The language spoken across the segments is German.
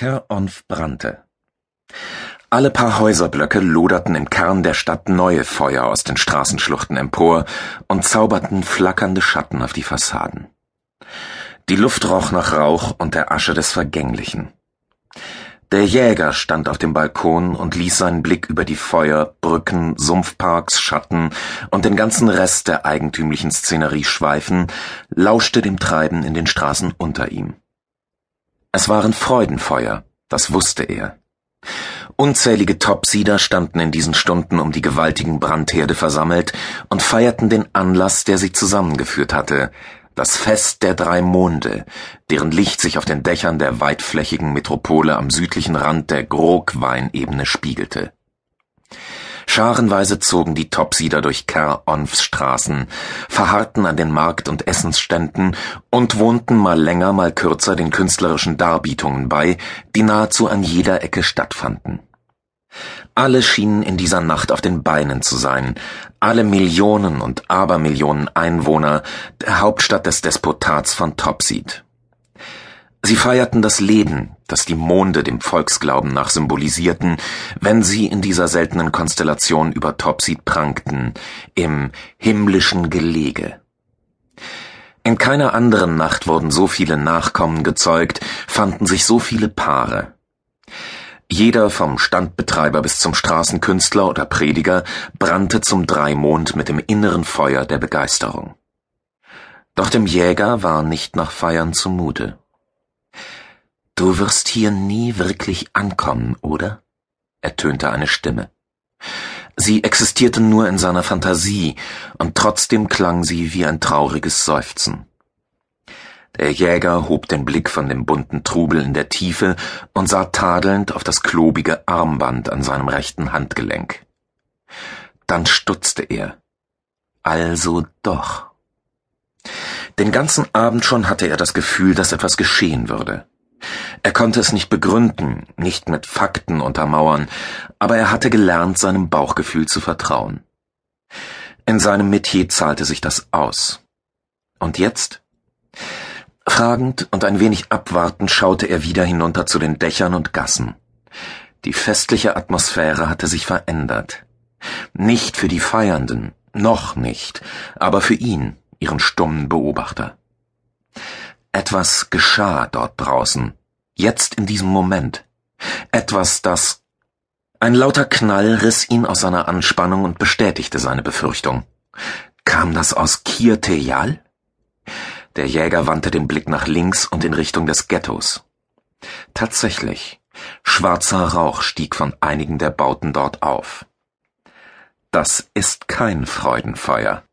Caer-Onf brannte. Alle paar Häuserblöcke loderten im Kern der Stadt neue Feuer aus den Straßenschluchten empor und zauberten flackernde Schatten auf die Fassaden. Die Luft roch nach Rauch und der Asche des Vergänglichen. Der Jäger stand auf dem Balkon und ließ seinen Blick über die Feuer, Brücken, Sumpfparks, Schatten und den ganzen Rest der eigentümlichen Szenerie schweifen, lauschte dem Treiben in den Straßen unter ihm. Es waren Freudenfeuer, das wusste er. Unzählige Topsieder standen in diesen Stunden um die gewaltigen Brandherde versammelt und feierten den Anlass, der sie zusammengeführt hatte, das Fest der 3 Monde, deren Licht sich auf den Dächern der weitflächigen Metropole am südlichen Rand der Grog-Weinebene spiegelte. Scharenweise zogen die Topsieder durch Caer-Onfs Straßen, verharrten an den Markt- und Essensständen und wohnten mal länger, mal kürzer den künstlerischen Darbietungen bei, die nahezu an jeder Ecke stattfanden. Alle schienen in dieser Nacht auf den Beinen zu sein, alle Millionen und Abermillionen Einwohner der Hauptstadt des Despotats von Topseed. Sie feierten das Leben, das die Monde dem Volksglauben nach symbolisierten, wenn sie in dieser seltenen Konstellation über Topseed prangten, im himmlischen Gelege. In keiner anderen Nacht wurden so viele Nachkommen gezeugt, fanden sich so viele Paare. Jeder vom Standbetreiber bis zum Straßenkünstler oder Prediger brannte zum Dreimond mit dem inneren Feuer der Begeisterung. Doch dem Jäger war nicht nach Feiern zumute. »Du wirst hier nie wirklich ankommen, oder?« ertönte eine Stimme. Sie existierte nur in seiner Fantasie, und trotzdem klang sie wie ein trauriges Seufzen. Der Jäger hob den Blick von dem bunten Trubel in der Tiefe und sah tadelnd auf das klobige Armband an seinem rechten Handgelenk. Dann stutzte er. Also doch. Den ganzen Abend schon hatte er das Gefühl, dass etwas geschehen würde. Er konnte es nicht begründen, nicht mit Fakten untermauern, aber er hatte gelernt, seinem Bauchgefühl zu vertrauen. In seinem Metier zahlte sich das aus. Und jetzt? Fragend und ein wenig abwartend schaute er wieder hinunter zu den Dächern und Gassen. Die festliche Atmosphäre hatte sich verändert. Nicht für die Feiernden, noch nicht, aber für ihn, ihren stummen Beobachter. Etwas geschah dort draußen, jetzt in diesem Moment. Etwas, das... Ein lauter Knall riss ihn aus seiner Anspannung und bestätigte seine Befürchtung. Kam das aus Kirtejal? Der Jäger wandte den Blick nach links und in Richtung des Ghettos. Tatsächlich, schwarzer Rauch stieg von einigen der Bauten dort auf. Das ist kein Freudenfeuer.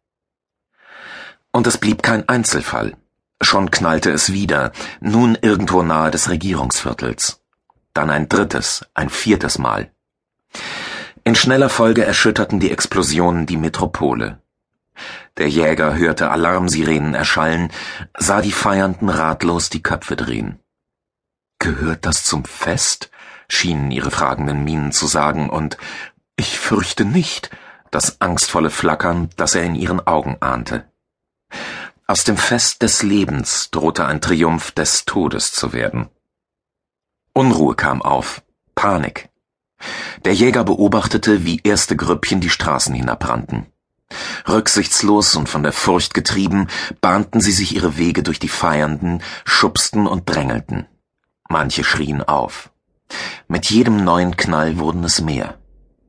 Und es blieb kein Einzelfall. Schon knallte es wieder, nun irgendwo nahe des Regierungsviertels. Dann ein 3., ein 4. Mal. In schneller Folge erschütterten die Explosionen die Metropole. Der Jäger hörte Alarmsirenen erschallen, sah die Feiernden ratlos die Köpfe drehen. »Gehört das zum Fest?« schienen ihre fragenden Mienen zu sagen, und »Ich fürchte nicht«, das angstvolle Flackern, das er in ihren Augen ahnte. Aus dem Fest des Lebens drohte ein Triumph des Todes zu werden. Unruhe kam auf, Panik. Der Jäger beobachtete, wie erste Grüppchen die Straßen hinabrannten. Rücksichtslos und von der Furcht getrieben, bahnten sie sich ihre Wege durch die Feiernden, schubsten und drängelten. Manche schrien auf. Mit jedem neuen Knall wurden es mehr.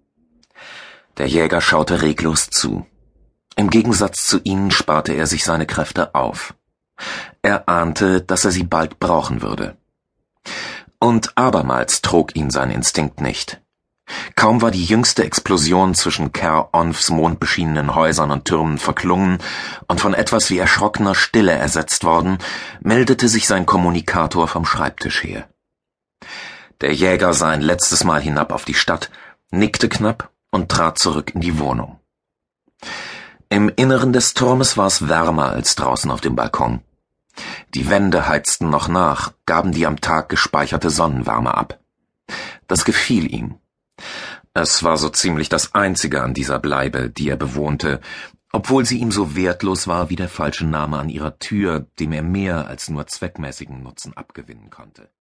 Der Jäger schaute reglos zu. Im Gegensatz zu ihnen sparte er sich seine Kräfte auf. Er ahnte, dass er sie bald brauchen würde. Und abermals trug ihn sein Instinkt nicht. Kaum war die jüngste Explosion zwischen Caer-Onfs mondbeschienenen Häusern und Türmen verklungen und von etwas wie erschrockener Stille ersetzt worden, meldete sich sein Kommunikator vom Schreibtisch her. Der Jäger sah ein letztes Mal hinab auf die Stadt, nickte knapp und trat zurück in die Wohnung. Im Inneren des Turmes war es wärmer als draußen auf dem Balkon. Die Wände heizten noch nach, gaben die am Tag gespeicherte Sonnenwärme ab. Das gefiel ihm. Es war so ziemlich das Einzige an dieser Bleibe, die er bewohnte, obwohl sie ihm so wertlos war wie der falsche Name an ihrer Tür, dem er mehr als nur zweckmäßigen Nutzen abgewinnen konnte.